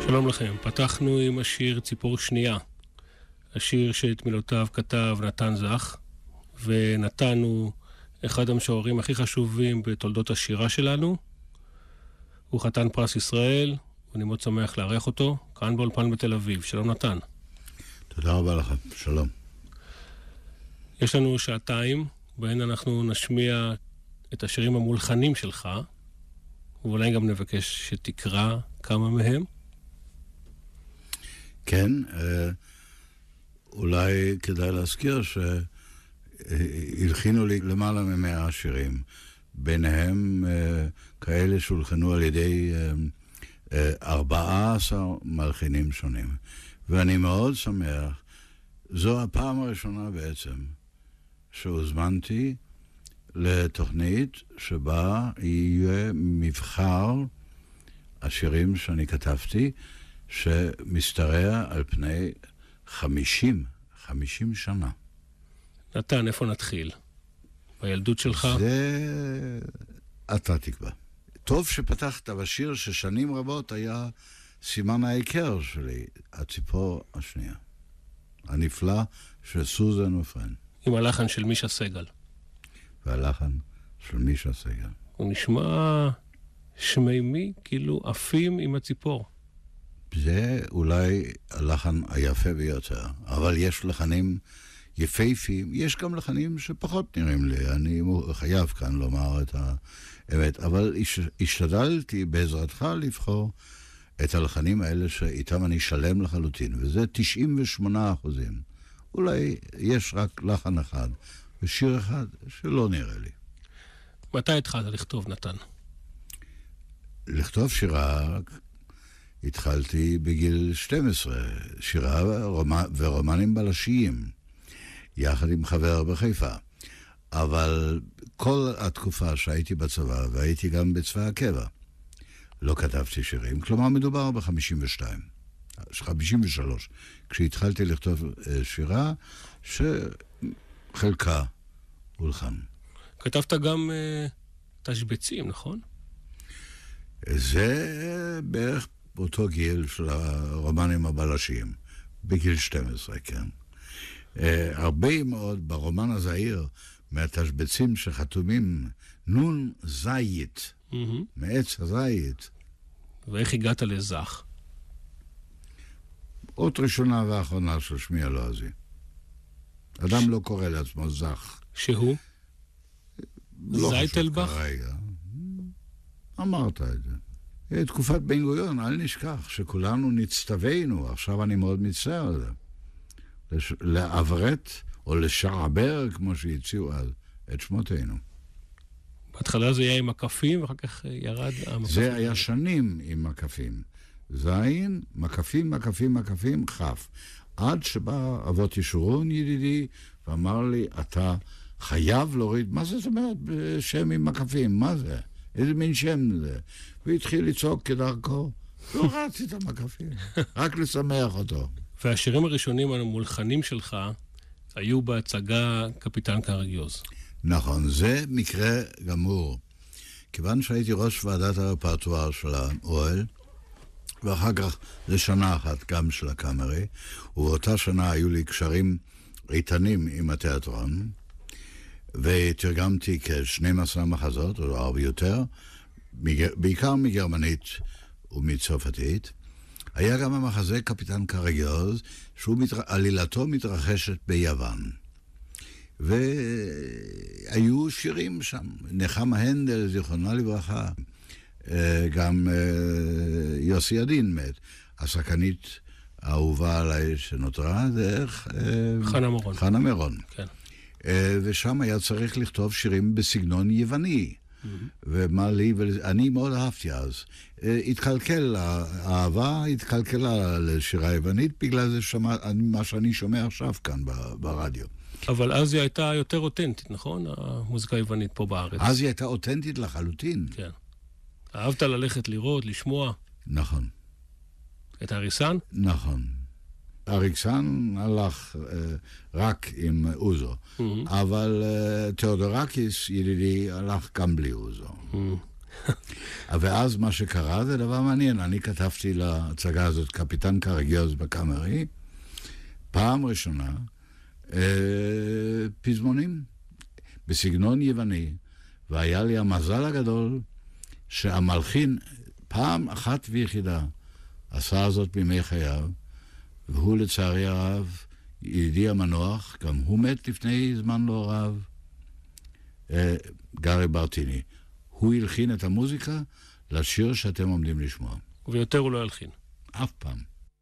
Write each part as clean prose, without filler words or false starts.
שלום לכם. פתחנו עם השיר ציפור שנייה. השיר שאת מילותיו כתב נתן זך, ונתן הוא אחד המשוררים הכי חשובים בתולדות השירה שלנו. הוא חתן פרס ישראל, ואני מאוד שמח לארח אותו, כאן באולפן בתל אביב. שלום נתן. תודה רבה לך, שלום. יש לנו שעתיים, בהן אנחנו נשמיע את השירים המולחנים שלך, ואולי גם נבקש שתקרא כמה מהם. כן, אולי כדאי להזכיר שהלחינו לי למעלה מ100 שירים, ביניהם כאלה שהולחנו על ידי 14 מלחינים שונים. ואני מאוד שמח, זו הפעם הראשונה בעצם שהוזמנתי לתוכנית שבה יהיה מבחר השירים שאני כתבתי, שמסתרע על פני 50 שנה. נתן, איפה נתחיל? בילדות שלך? זה אתה תקבע. טוב שפתחת בשיר ששנים רבות היה סימן העיקר שלי, הציפור השנייה. הנפלא של סוזן ופרן. עם הלחן של מישה סגל. והלחן של מישה סגל. הוא נשמע שמימי, כאילו עפים עם הציפור. זה אולי הלחן היפה ביותר, אבל יש לחנים יפהפים, יש גם לחנים שפחות נראים לי, אני חייב כאן לומר את האמת, אבל השתדלתי בעזרתך לבחור את הלחנים האלה שאיתם אני שלם לחלוטין, וזה 98%. אולי יש רק לחן אחד, ושיר אחד שלא נראה לי. מתי התחלת לכתוב, נתן? לכתוב שירה התחלתי בגיל 12, שירה ורומנים בלשיים, יחד עם חבר בחיפה. אבל כל התקופה שהייתי בצבא, והייתי גם בצבא הקבע, לא כתבתי שירים, כלומר מדובר ב-52, 53, כשהתחלתי לכתוב שירה שחלקה הולחן. כתבת גם תשבצים, נכון? זה בערך באותו גיל של הרומנים הבלשיים, בגיל 12, כן. הרבה מאוד ברומן הזעיר, מהתשבצים שחתומים נון זית, מעץ הזית. ואיך הגעת לזך? אות ראשונה ואחרונה של שמי הלועזי. אדם לא קורא לעצמו זך. שהוא? לא זייטלבך? כרגע. אמרת את זה. תקופת בן גוריון, אל נשכח שכולנו נצטווינו, עכשיו אני מאוד מצטער על זה. לעברת או לשעבר, כמו שהציעו אז, את שמותינו. בהתחלה זה היה עם מקפים, ואחר כך ירד המקפים. זה היה שנים עם מקפים. זין, מקפים, מקפים, מקפים, חף. עד שבא אבות ישורון ידידי, ואמר לי, אתה חייב להוריד, מה זה זאת אומרת שם עם מקפים? מה זה? איזה מין שם זה? והתחיל לצעוק כדרכו. לא רצתי את המקפים, רק לשמח אותו. והשירים הראשונים המולחנים שלך היו בהצגה קפיטן קרגיוז. נכון, זה מקרה גמור. כיוון שהייתי ראש ועדת הרפרטואר של האוהל, ואחר כך לשנה אחת גם של הקאמרי, ובאותה שנה היו לי קשרים איתנים עם התיאטרון, ותרגמתי כ12 מחזות, או הרבה יותר, בעיקר מגרמנית ומצרפתית. היה גם המחזה קפיטן קרגיוז, שעלילתו מתרחשת ביוון. והיו שירים שם, נחמה הנדל, זיכרונה לברכה, גם יוסי ידין מת, השחקנית האהובה עליי שנותרה, זה חנה מרון. כן. ושם היה צריך לכתוב שירים בסגנון יווני. ומה לי, אני מאוד אהבתי אז. האהבה התקלקלה לשירה יוונית, בגלל זה מה שאני שומע עכשיו כאן ברדיו. אבל אז היא הייתה יותר אותנטית, נכון? המוזיקה היוונית פה בארץ. אז היא הייתה אותנטית לחלוטין. כן. אהבת ללכת לראות, לשמוע. נכון. את אריסן? נכון. אריסן הלך רק עם אוזו, אבל תיאודורקיס ידידי הלך גם בלי אוזו. ואז מה שקרה זה דבר מעניין. אני כתבתי להצגה הזאת קפיטן קרגיוז בקאמרי, פעם ראשונה, פזמונים בסגנון יווני, והיה לי המזל הגדול שהמלחין פעם אחת ויחידה עשה זאת בימי חייו, והוא לצערי הרב, ידידי המנוח, גם הוא מת לפני זמן לא רב, גרי ברטיני. הוא הלחין את המוזיקה לשיר שאתם עומדים לשמוע. ויותר הוא לא הלחין. אף פעם.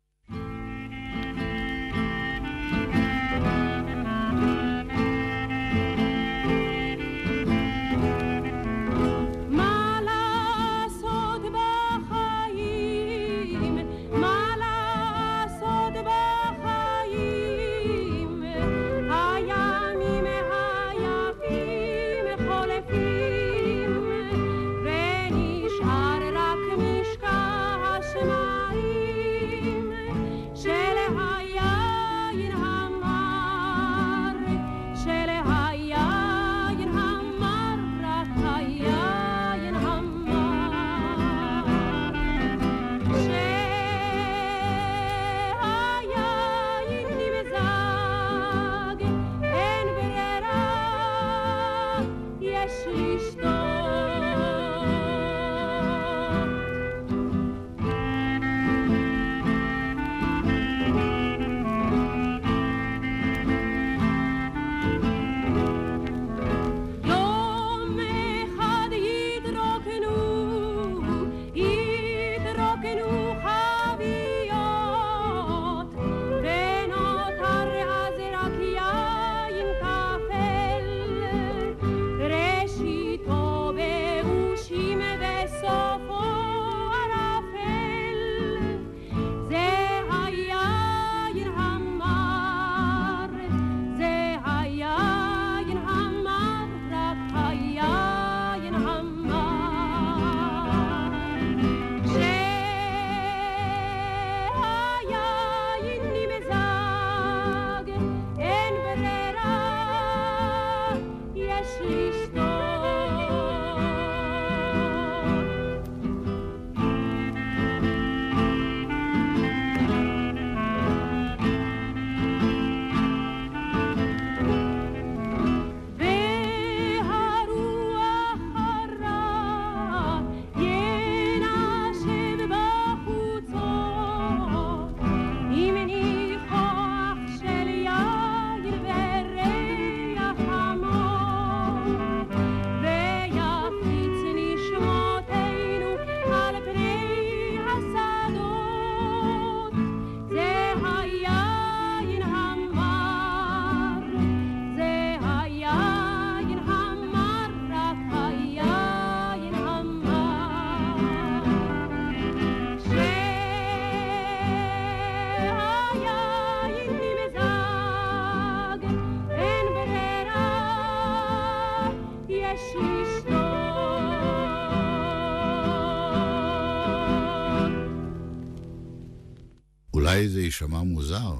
אולי זה יישמע מוזר,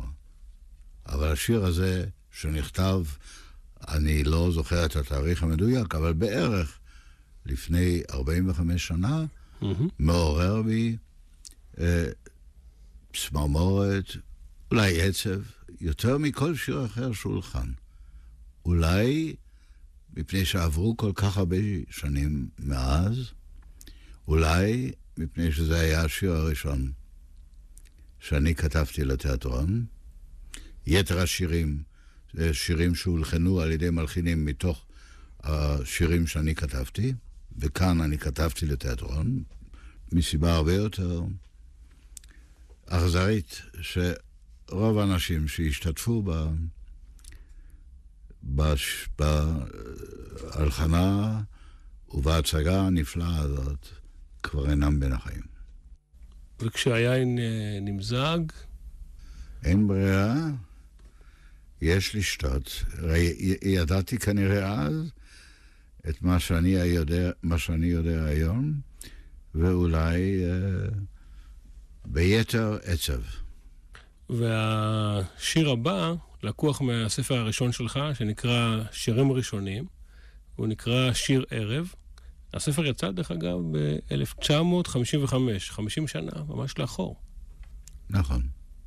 אבל השיר הזה שנכתב, אני לא זוכר את התאריך המדויק, אבל בערך לפני 45 שנה, מעורר בי צמרמורת, אולי עצב, יותר מכל שיר אחר שהולחן. אולי מפני שעברו כל כך הרבה שנים מאז, אולי מפני שזה היה השיר הראשון שאני כתבתי לתיאטרון. יתר השירים, שירים שהולחנו על ידי מלחינים מתוך השירים שאני כתבתי, וכאן אני כתבתי לתיאטרון, מסיבה הרבה יותר אכזרית, שרוב האנשים שהשתתפו בהלחנה ובהצגה הנפלאה הזאת כבר אינם בין החיים. וכשהיין נמזג? אין ברירה, יש לשתות. ידעתי כנראה אז את מה שאני יודע היום, ואולי ביתר עצב. והשיר הבא לקוח מהספר הראשון שלך, שנקרא שירים ראשונים. הוא נקרא שיר ערב, הספר יצא, דרך אגב, ב-1955, 50 שנה, ממש לאחור. נכון.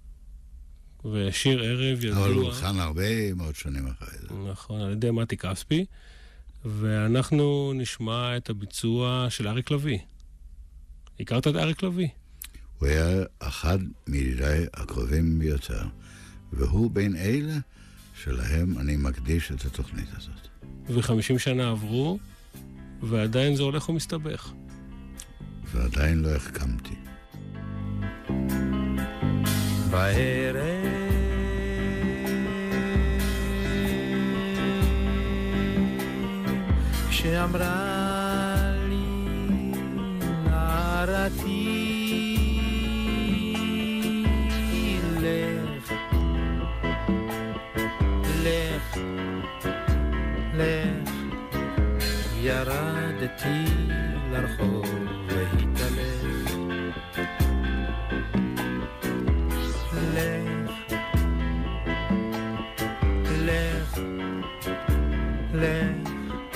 ושיר ערב ידוע... אבל הוא הולחן הרבה מאוד שנים אחרי זה. נכון, על ידי מתי כספי, ואנחנו נשמע את הביצוע של אריק לוי. הכרת את אריק לוי? הוא היה אחד מידידיי הקרובים ביותר, והוא בין אלה שלהם אני מקדיש את התוכנית הזאת. ו50 שנה עברו, ועדיין זה הולך ומסתבך. ועדיין לא החכמתי. בערב כשאמרה לי נערתי לך לך לך ירדתי לרחוב והתהלך לך לך לך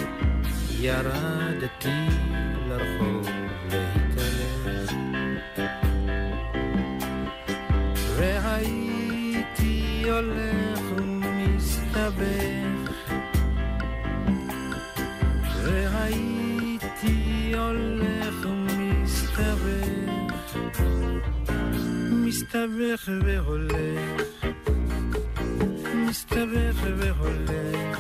ירדתי לרחוב להתהלך והייתי הולך ומסתבך והייתי הולך ומסתבך מסתבך והולך מסתבך והולך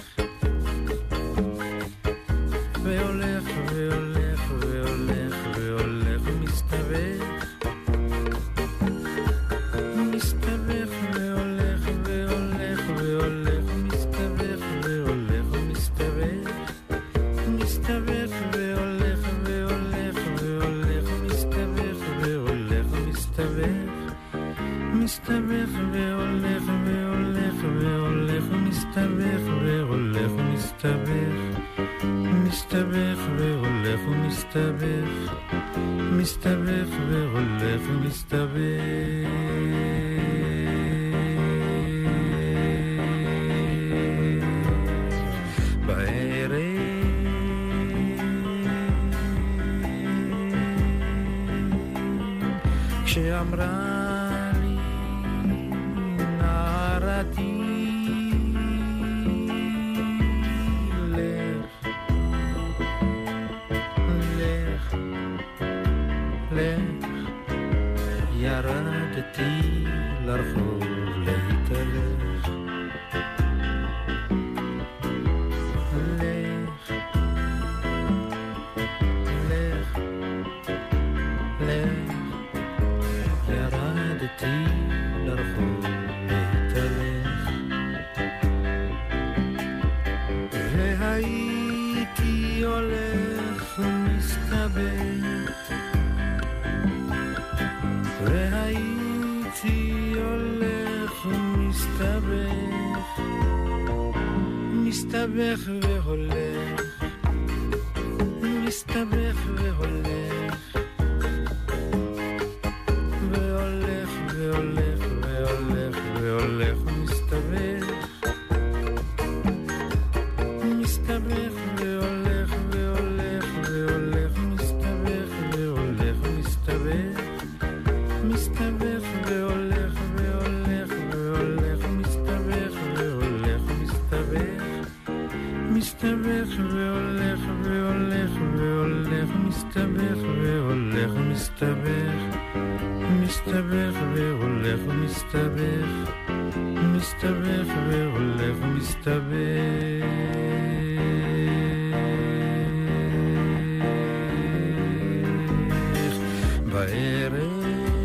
והולך והולך והולך והולך ומסתבך מסתבך והולך והולך והולך ומסתבך והולך ומסתבך מסתבך והולך והולך והולך ומסתבך והולך ומסתבך מסתבך והולך והולך והולך ומסתבך והולך ומסתבך מסתבך והולך ומסתבך מסתבך והולך ומסתבך בערב כשאמרה לי נערתי ירדתי לרחוב להתהלך לך לך לך ירדתי לרחוב להתהלך והייתי הולך ומסתבך והייתי הולך ומסתבך מסתבך והולך מסתבך והולך והולך והולך והולך והולך ומסתבך מסתבך והולך והולך והולך מסתבך והולך ומסתבך מסתבך והולך והולך והולך מסתבך והולך מסתבך מסתבך והולך והולך והולך מסתבך והולך מסתבך מסתבך והולך מסתבך מסתבך והולך מסתבך בערב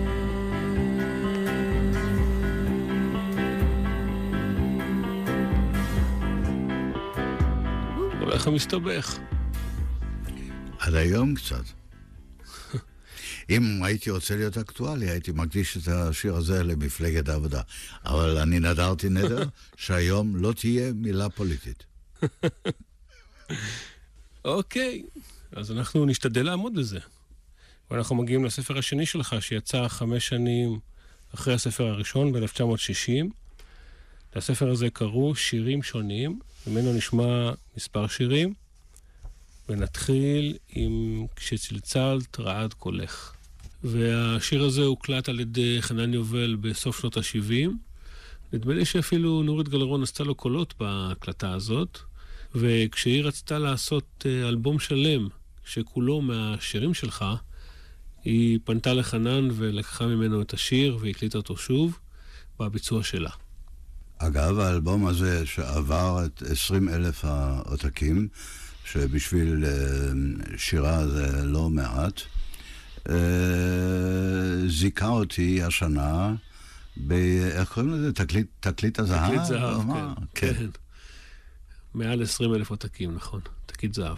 הולך ומסתבך. עד היום קצת. אם הייתי רוצה להיות אקטואלי, הייתי מקדיש את השיר הזה למפלגת העבודה. אבל אני נדרתי נדר שהיום לא תהיה מילה פוליטית. אוקיי, אז אנחנו נשתדל לעמוד בזה. ואנחנו מגיעים לספר השני שלך, שיצא 5 שנים אחרי הספר הראשון, ב-1960. לספר הזה קראו שירים שונים, ממנו נשמע מספר שירים, ונתחיל עם כשצלצלת רעד קולך. והשיר הזה הוקלט על ידי חנן יובל בסוף שנות ה-70. נדמה לי שאפילו נורית גלרון עשתה לו קולות בהקלטה הזאת, וכשהיא רצתה לעשות אלבום שלם שכולו מהשירים שלך, היא פנתה לחנן ולקחה ממנו את השיר והקליטה אותו שוב בביצוע שלה. אגב, האלבום הזה שעבר את 20,000 העותקים, שבשביל שירה זה לא מעט, זיכה אותי השנה איך קוראים לזה? תקליט הזהב? תקליט זהב, כן. מעל 20,000 עותקים, נכון. תקליט זהב.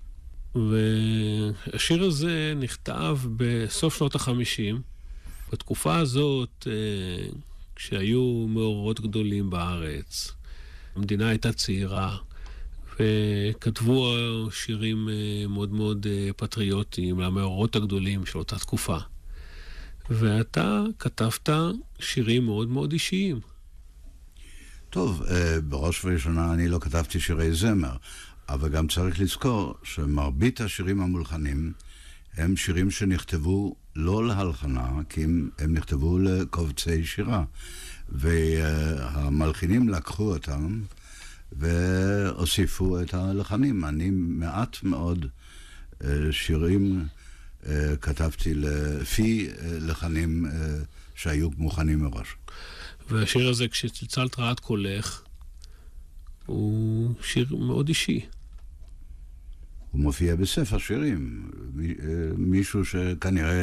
והשיר הזה נכתב בסוף שנות ה-50. בתקופה הזאת, כשהיו מאורעות גדולים בארץ, המדינה הייתה צעירה, וכתבו שירים מאוד מאוד פטריוטיים למאורעות הגדולים של אותה תקופה. ואתה כתבת שירים מאוד מאוד אישיים. טוב, בראש ובראשונה אני לא כתבתי שירי זמר, אבל גם צריך לזכור שמרבית השירים המולחנים הם שירים שנכתבו לא להלחנה, כי הם נכתבו לקובצי שירה. והמלחינים לקחו אותם והוסיפו את הלחנים. אני מעט מאוד שירים כתבתי לפי לחנים שהיו מוכנים מראש. והשיר הזה, כשצלצלת רעד קולך, הוא שיר מאוד אישי. הוא מופיע בספר שירים. מישהו שכנראה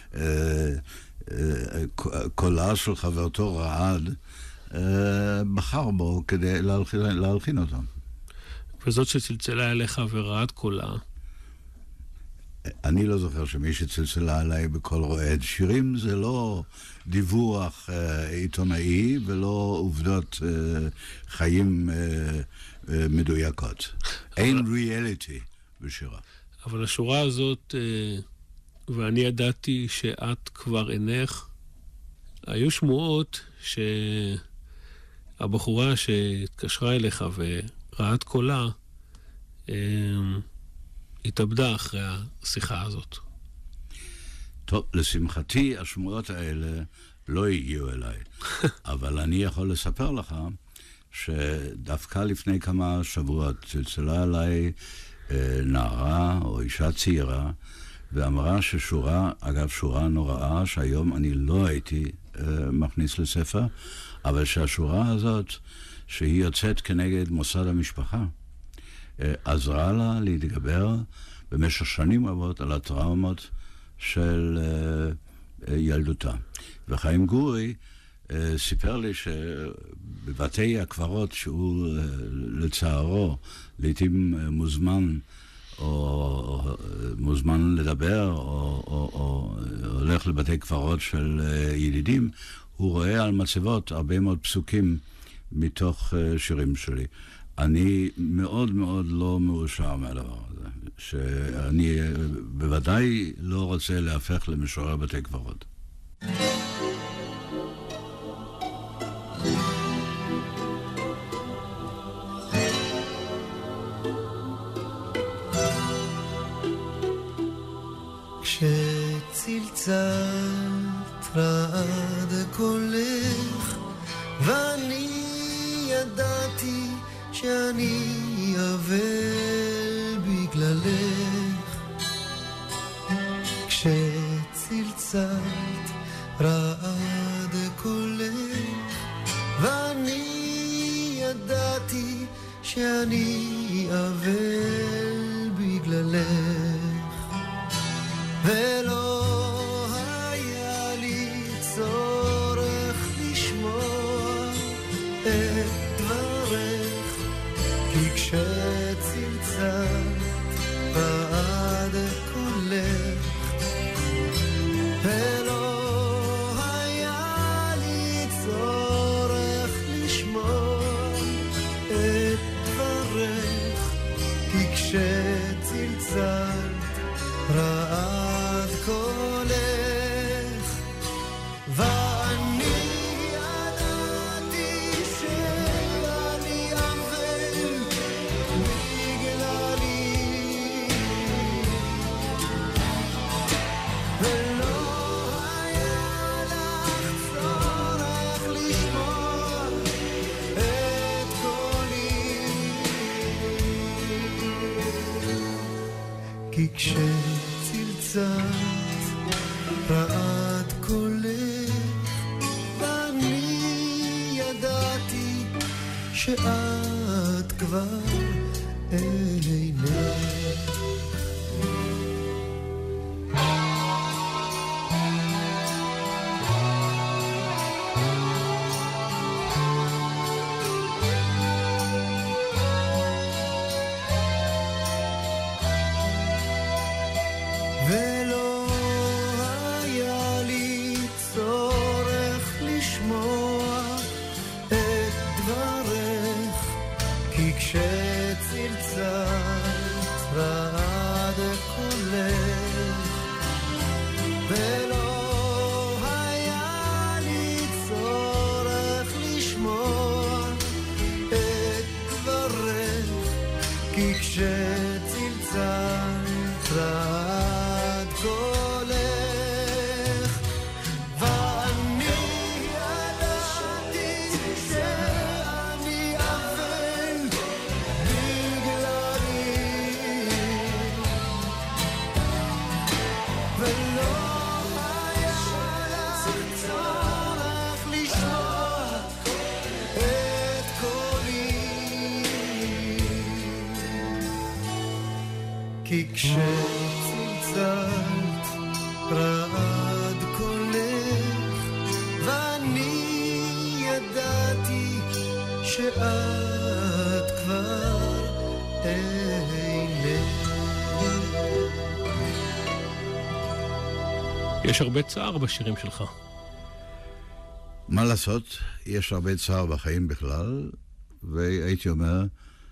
קולה של חברתו רעד, בחר בו כדי להלחין אותו. וזאת שצלצלה אליך ורעד קולה. אני לא זוכר שמי שצלצלה עליי בכל רועד. שירים זה לא דיווח עיתונאי ולא עובדות חיים מדויקות. אין ריאליטי בשירה. אבל השורה הזאת, ואני ידעתי שאת כבר אינך, היו שמועות שהבחורה שהתקשרה אליך ורעד קולה, התאבדה אחרי השיחה הזאת. טוב, לשמחתי השמועות האלה לא הגיעו אליי. אבל אני יכול לספר לך שדווקא לפני כמה שבועות צלצלה עליי נערה או אישה צעירה, ואמרה ששורה, אגב שורה נוראה, שהיום אני לא הייתי מכניס לספר, אבל שהשורה הזאת, שהיא יוצאת כנגד מוסד המשפחה, עזרה לה להתגבר במשך שנים רבות על הטראומות של ילדותה. וחיים גורי סיפר לי שבבתי הקברות שהוא לצערו לעתים מוזמן או מוזמן לדבר או הולך לבתי קברות של ידידים, הוא רואה על מצבות הרבה מאוד פסוקים מתוך שירים שלי. אני מאוד מאוד לא מאושר מהדבר הזה, שאני בוודאי לא רוצה להפך למשורר בתי קברות. כשצלצלת רעד קולך ואני ידעתי שאני אבל בגללך. כשצלצלת רעד קולך ואני ידעתי שאני אבל בגללך, ולא היה לי צורך לשמוע את דברך, כי כשצלצלת רעד קולך, ולא היה לי צורך לשמוע את דברך, כי כשצלצלת רעד קולך ואני ידעתי שאת כבר אינך. כי כשצלצלת רעד קולך ואני ידעתי שאת כבר אינך. יש הרבה צער בשירים שלך. מה לעשות? יש הרבה צער בחיים בכלל, והייתי אומר,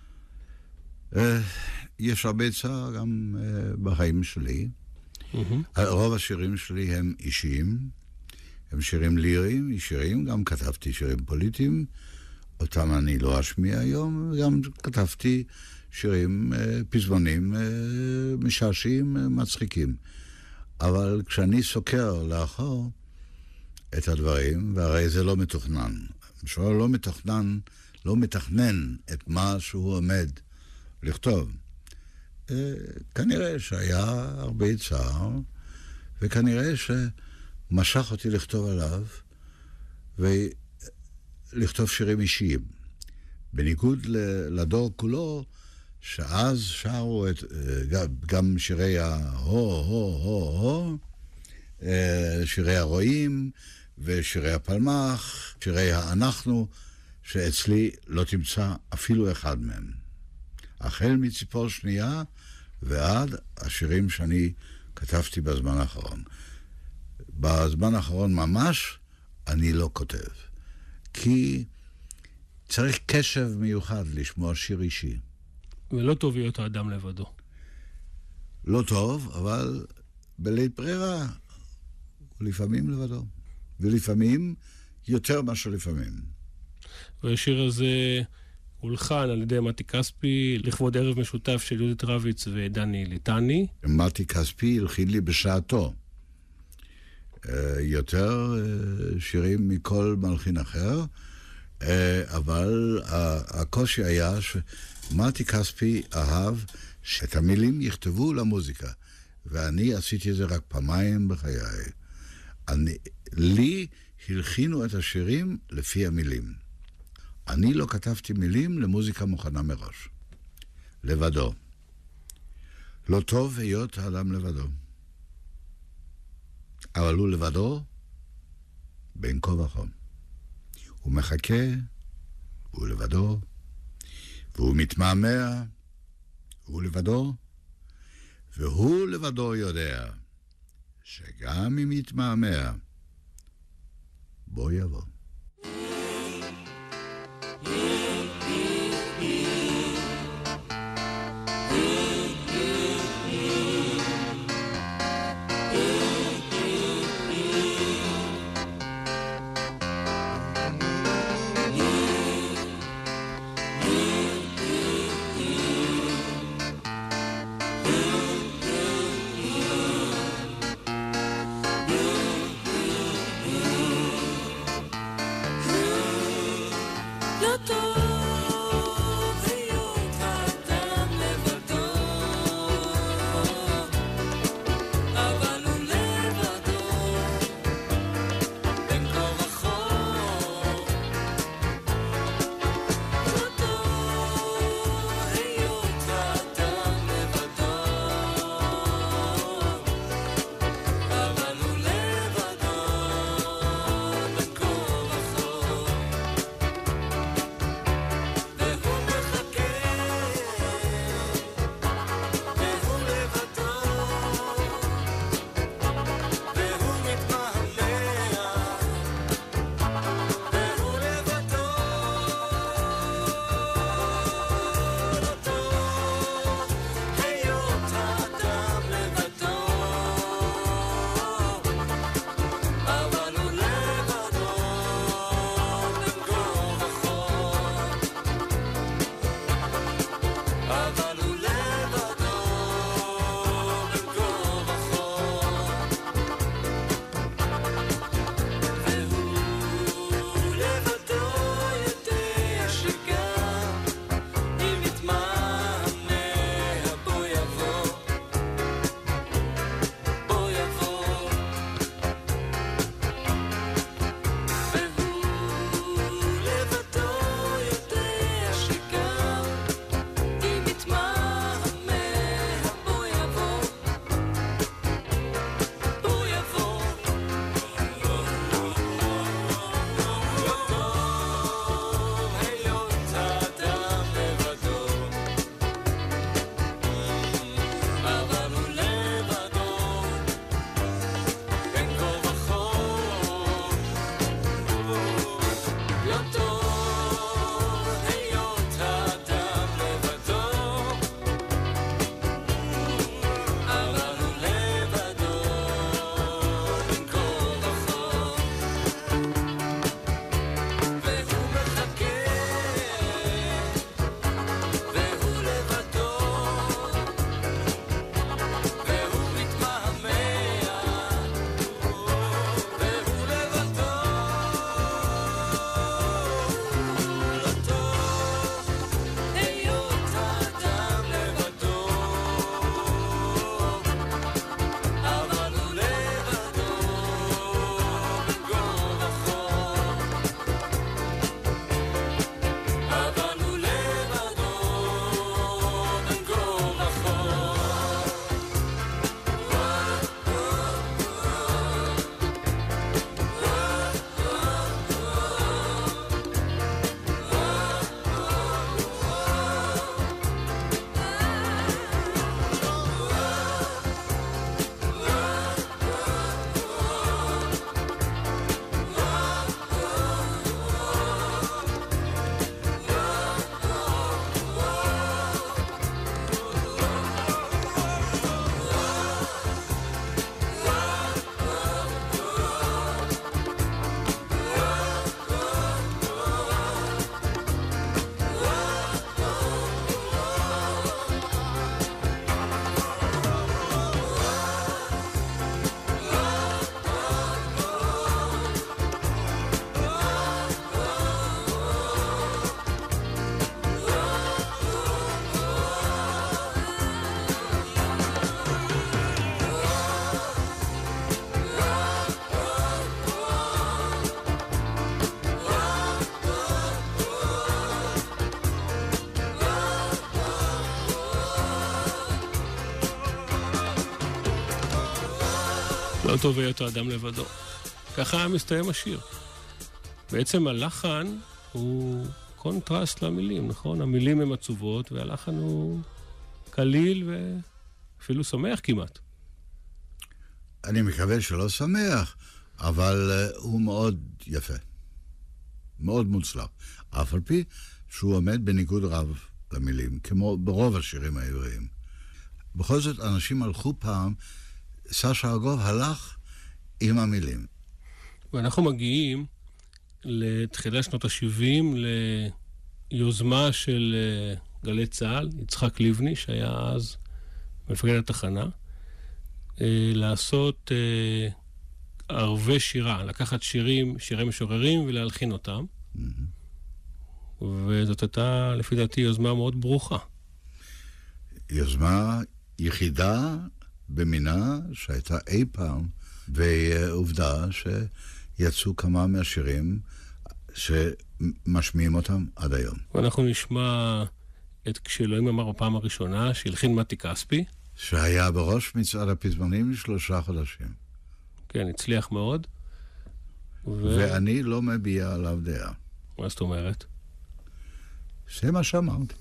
יש הרבה צער גם בחיים שלי. רוב השירים שלי הם אישיים, הם שירים ליריים, שירים, גם כתבתי שירים פוליטיים, אותם אני לא אשמיע היום, גם כתבתי שירים פזמונים משעשעים, מצחיקים. אבל כשאני סוקר לאחור את הדברים, והרי זה לא מתוכנן, משורר לא מתכנן את מה שהוא עומד לכתוב. כנראה שהיה הרבה צער, וכנראה שמשך אותי לכתוב עליו, ולכתוב שירים אישיים. בניגוד לדור כולו, שאז שרו גם שירי שירי הרועים, ושירי הפלמח, שירי האנחנו, שאצלי לא תמצא אפילו אחד מהם. החל מציפור שנייה ועד השירים שאני כתבתי בזמן האחרון. בזמן האחרון ממש אני לא כותב, כי צריך קשב מיוחד לשמוע שיר אישי. ולא טוב להיות האדם לבדו. לא טוב, אבל בלית ברירה, לפעמים לבדו. ולפעמים יותר מאשר לפעמים. והשיר הזה הולחן על ידי מתי כספי לכבוד ערב משותף של יהודית רביץ ודני ליטני. מתי כספי הלחין לי בשעתו יותר שירים מכל מלחין אחר, אבל הקושי היה שמתי כספי אהב שאת המילים יכתבו למוזיקה, ואני עשיתי את זה רק פעמיים בחיי. לי הלחינו את השירים לפי המילים. אני לא כתבתי מילים למוזיקה מוכנה מראש. לבדו. לא טוב היות האדם לבדו. אבל הוא לבדו בין כה וכה. הוא מחכה, הוא לבדו, והוא מתמהמה, הוא לבדו, והוא לבדו יודע שגם אם יתמהמה, בוא יבוא. לא טוב היותו אדם לבדו. ככה מסתיים השיר. בעצם הלחן הוא קונטרסט למילים, נכון? המילים הן עצובות והלחן הוא קליל ואפילו שמח כמעט. אני מקווה שלא שמח, אבל הוא מאוד יפה. מאוד מוצלח. אף על פי שהוא עומד בניגוד רב למילים, כמו ברוב השירים העבריים. בכל זאת, אנשים הלכו פעם, סשה ארגוב הלך עם המילים. ואנחנו מגיעים לתחילת שנות ה-70 ליוזמה של גלי צה"ל, יצחק לבני, שהיה אז מפקד התחנה, לעשות ערבי שירה, לקחת שירי משוררים ולהלחין אותם. וזאת הייתה, לפי דעתי, יוזמה מאוד ברוכה. יוזמה יחידה במינה שהייתה אי פעם, ועובדה שיצאו כמה מהשירים שמשמיעים אותם עד היום. ואנחנו נשמע את כשאלוהים אמר בפעם הראשונה, שהלחין מתי כספי. שהיה בראש מצעד הפזמונים 3 חודשים. כן, הצליח מאוד. ואני לא מביע עליו דעה. מה זאת אומרת? זה מה שאמרתי.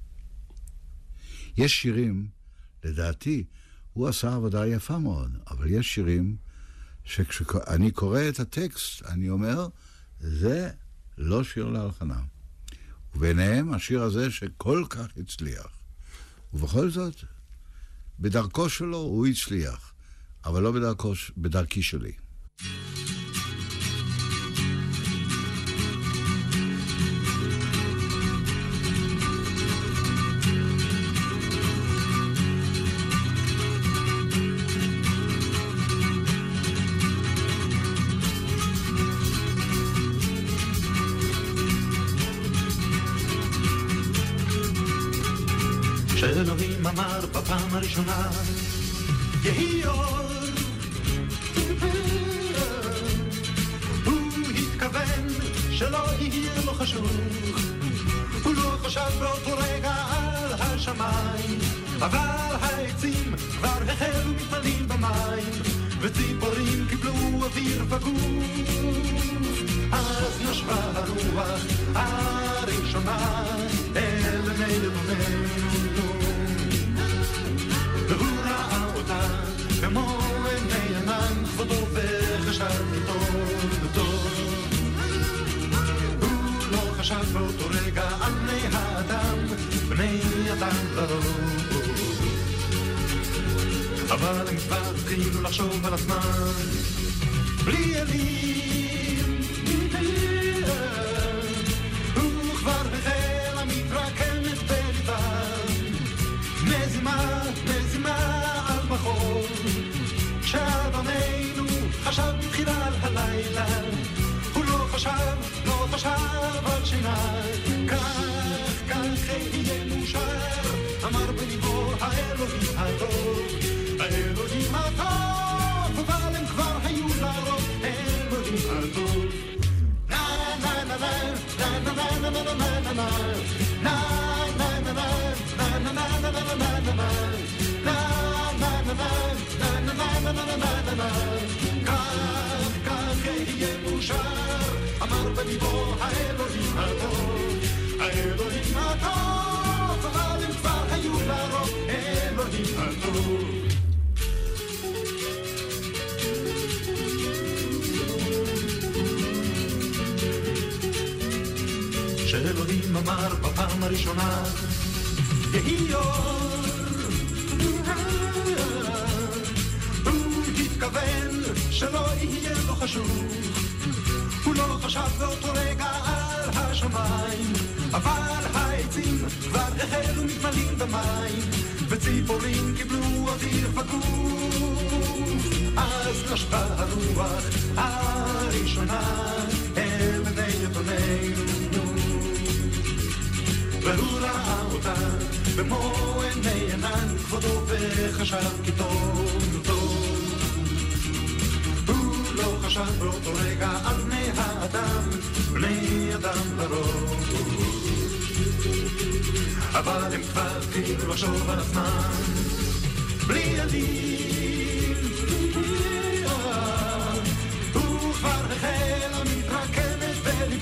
יש שירים, לדעתי, הוא עשה עבודה יפה מאוד, אבל יש שירים שכשאני קורא את הטקסט, אני אומר, זה לא שיר להלחנה. וביניהם השיר הזה שכל כך הצליח. ובכל זאת, בדרכו שלו הוא הצליח, אבל לא בדרכי שלי. שאלוהים אמר בפעם הראשונה יהי אור, הוא התכוון שלא יהיה לו חשוך, הוא לא חשב באותו רגע על השמיים, אבל העצים כבר החלו מתמלאים במים וציפורים קיבלו אוויר בגוף, אז נשבה הרוח הראשונה אל עיני לבוננו, והוא ראה אותה כמו עיני ענן כבודו וחשב טוב. הוא לא חשב באותו רגע על בני האדם, בני אדם לרוב, אבל הם כבר התחילו לחשוב על עצמם בלי אלים, הוא כבר החל המתרקמת בליבם, מזימה על בחור, שאדוננו חשב בתחילה על הלילה, הוא לא חשב על שינה, כך יהיה מאושר, אמר בליבו האלוהים הטוב, האלוהים הטוב, אבל הם כבר היו לרוב, האלוהים הטוב. כך יהיה מאושר, אמר בליבו האלוהים הטוב, האלוהים הטוב, אבל הם כבר היו לרוב, האלוהים הטוב. שאלוהים אמר בפעם הראשונה יהי אור, הוא התכוון שלא יהיה לו חשוב, הוא לא חשב באותו רגע על השמיים, אבל העצים כבר החלו מתמלאים במים וציפורים קיבלו אוויר בגוף, אז נשבה הרוח הראשונה אל עיני יתומנו, והוא ראה אותה במו עיני ענן כבודו וחשב כי טוב. הוא לא חשב באותו רגע על בני האדם, בני אדם לרוב, אבל הם כבר התחילו לחשוב על עצמם בלי אלים,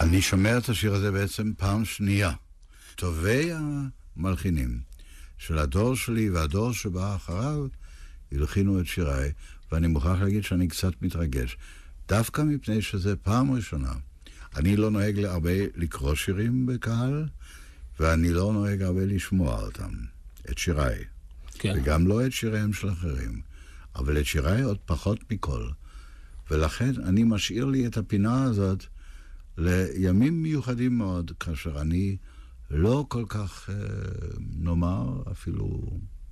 אני שומע את השיר הזה בעצם פעם שנייה. טובי המלחינים של הדור שלי והדור שבא אחריו הלחינו את שיריי, ואני מוכרח להגיד שאני קצת מתרגש. דווקא מפני שזה פעם ראשונה. אני לא נוהג הרבה לקרוא שירים בקהל, ואני לא נוהג הרבה לשמוע אותם, את שיריי. כן. וגם לא את שיריהם של אחרים, אבל את שיריי עוד פחות מכל. ולכן אני משאיר לי את הפינה הזאת לימים מיוחדים מאוד, כאשר אני לא כל כך, נאמר, אפילו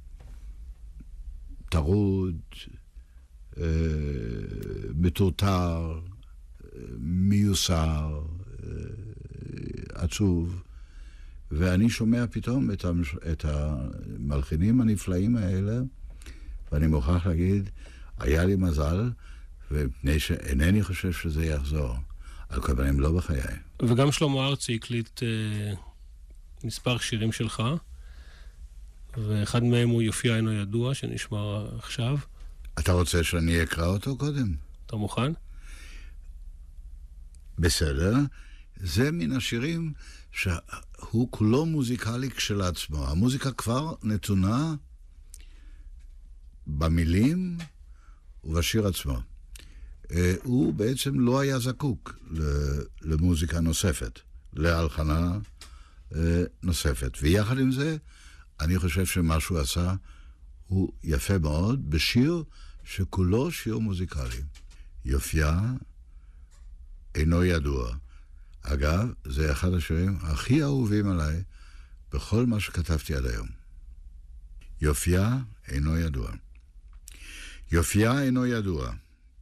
טרוד, מטורטר, מיוסר, עצוב, ואני שומע פתאום את המלחינים הנפלאים האלה, ואני מוכרח להגיד, היה לי מזל, ומפני שאינני חושב שזה יחזור. על כל פנים לא בחיי. וגם שלמה ארצי הקליט מספר שירים שלך, ואחד מהם הוא יופיע אינו ידוע, שנשמע עכשיו. אתה רוצה שאני אקרא אותו קודם? אתה מוכן? בסדר. זה מן השירים שהוא כולו מוזיקלי כשלעצמו. המוזיקה כבר נתונה במילים ובשיר עצמו. הוא בעצם לא היה זקוק למוזיקה נוספת, להלחנה נוספת. ויחד עם זה, אני חושב שמה שהוא עשה הוא יפה מאוד, בשיר שכולו שיר מוזיקלי. יופייה אינו ידוע. אגב, זה אחד השירים הכי אהובים עליי בכל מה שכתבתי עד היום. יופייה אינו ידוע. יופייה אינו ידוע.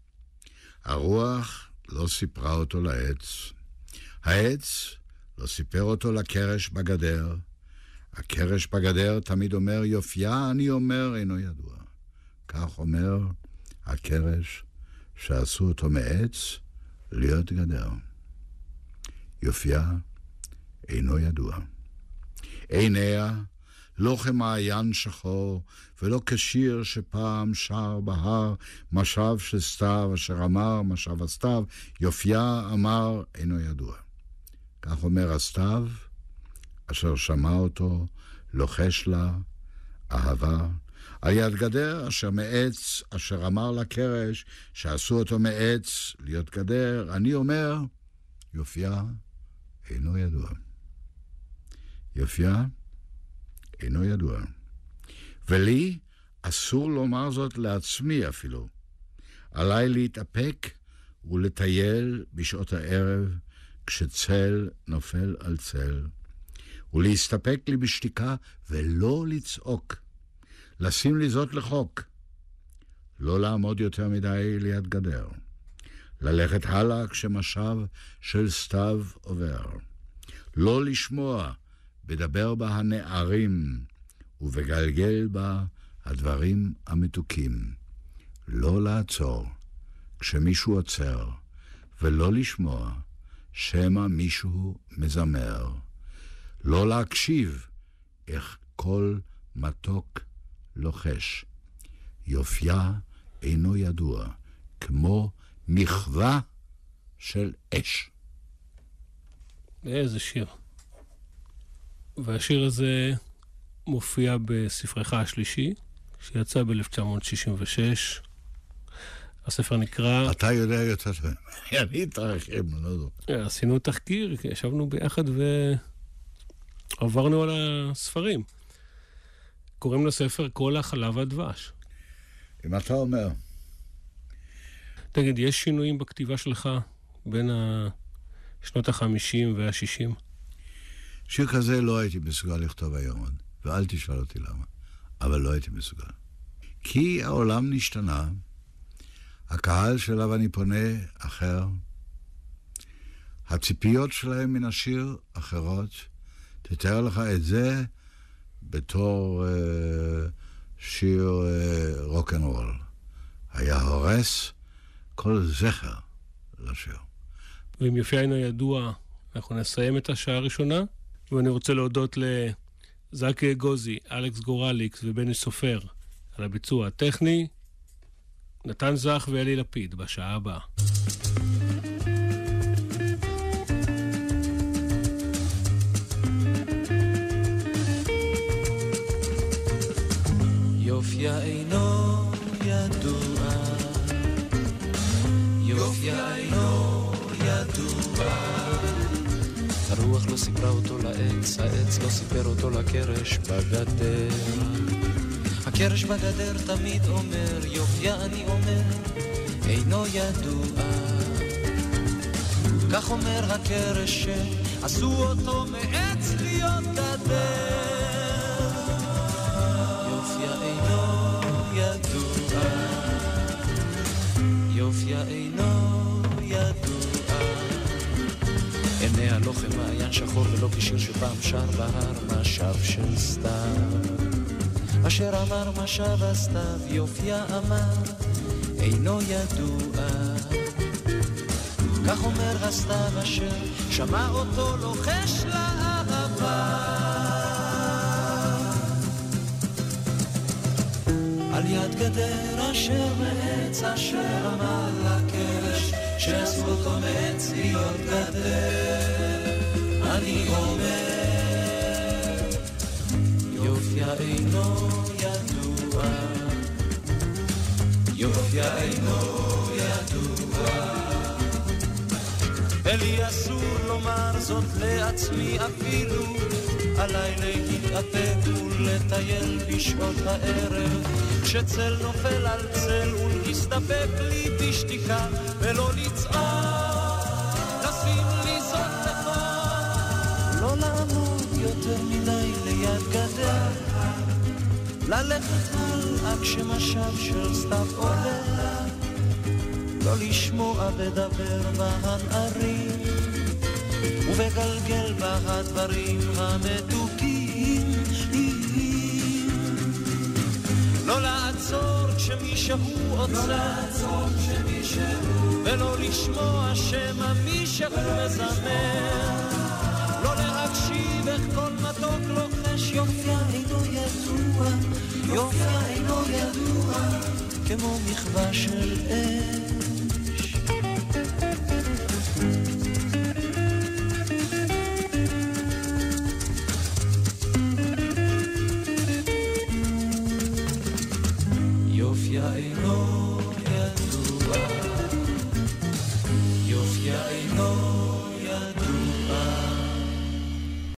הרוח לא סיפרה אותו לעץ. העץ לא סיפר אותו לקרש בגדר. הקרש בגדר תמיד אומר יופייה, אני אומר אינו ידוע. כך אומר הקרש שעשו אותו מעץ להיות גדר. יופייה אינו ידוע. עיניה לא כמעיין שחור, ולא כשיר שפעם שר בהר, משב של סתיו, אשר אמר משב הסתיו, יופייה אמר אינו ידוע. כך אומר הסתיו, אשר שמע אותו, לוחש לה, אהבה, על יד גדר, אשר מעץ, אשר אמר לקרש, שעשו אותו מעץ, להיות גדר, אני אומר, יופייה אינו ידוע. יופייה אינו ידוע. ולי אסור לומר זאת לעצמי אפילו. עליי להתאפק ולטייל בשעות הערב, כשצל נופל על צל. ולהסתפק לי בשתיקה ולא לצעוק. לשים לי זאת לחוק. לא לעמוד יותר מדי ליד גדר. ללכת הלאה כשמשב של סתיו עובר. לא לשמוע בדבר בה הנערים, ובגלגל בה הדברים המתוקים. לא לעצור כשמישהו עוצר, ולא לשמוע שמא מישהו מזמר. לא להקשיב איך כל מתוק לוחש. יופייה אינו ידוע, כמו מחווה של אש. איזה שיר. והשיר הזה מופיע בספרך השלישי, שיצא ב-1966. הספר נקרא... אתה יודע יותר טוב. אני אתרחם, לא יודע. עשינו תחקיר, ישבנו ביחד ועברנו על הספרים. קוראים לספר כל החלב והדבש. אם אתה אומר. תגיד, יש שינויים בכתיבה שלך בין שנות ה-50 וה-60? שיר כזה לא הייתי מסוגל לכתוב היום עוד, ואל תשאל אותי למה, אבל לא הייתי מסוגל. כי העולם נשתנה, הקהל שלו אני פונה אחר, הציפיות שלהם מן השיר אחרות, תתאר לך את זה בתור שיר רוק'נ'רול. היה הורס כל זכר לשיר. ואם יופייה אינו ידוע, אנחנו נסיים את השעה הראשונה, ואני רוצה להודות לזקי אגוזי, אלכס גורליקס ובני סופר על הביצוע הטכני, נתן זך ואלי לפיד בשעה הבאה. יופיה אינו ידוע, יופיה אינו ידוע. הרוח לא סיפרה אותו לעץ, העץ לא סיפר אותו לקרש בגדר. הקרש בגדר תמיד אומר, יופיה אני אומר, אינו ידוע. כך אומר הקרש שעשו אותו מעץ להיות גדר. יופיה אינו ידוע, יופיה אינו ידוע. עיני הלוחם מעיין שחור ולא כשיר שפעם שר בהר משב של סתיו. אשר אמר משב הסתיו, יופיה אמר, אינו ידוע. כך אומר הסתיו אשר שמע אותו לוחש לאהבה. על יד גדר אשר מעץ, אשר אמר לקרש שעשו אותו מעץ להיות גדר. אני אומר, יופיה אינו ידוע, יופיה אינו ידוע. לי אסור לומר זאת לעצמי אפילו, עליי להתאפק ולטייל בשעות הערב, כשצל נופל על צל ולהסתפק לי בשתיקה ולא לצעוק, לשים לי זאת בכל, לא לעמוד יותר מדי ליד גדר, ללכת הלאה כשמשב של סתיו עולה, לא לשמוע ודבר בהנערים ובגלגל בהדברים המתוקים, לא לעצור כשמישהו עוצר ולא לשמוע שמא מישהו מזמר, לא להקשיב איך כל מתוק לוחש, יופיה אינו ידוע, יופיה אינו ידוע, כמו מחווה של אש. יופיה אינו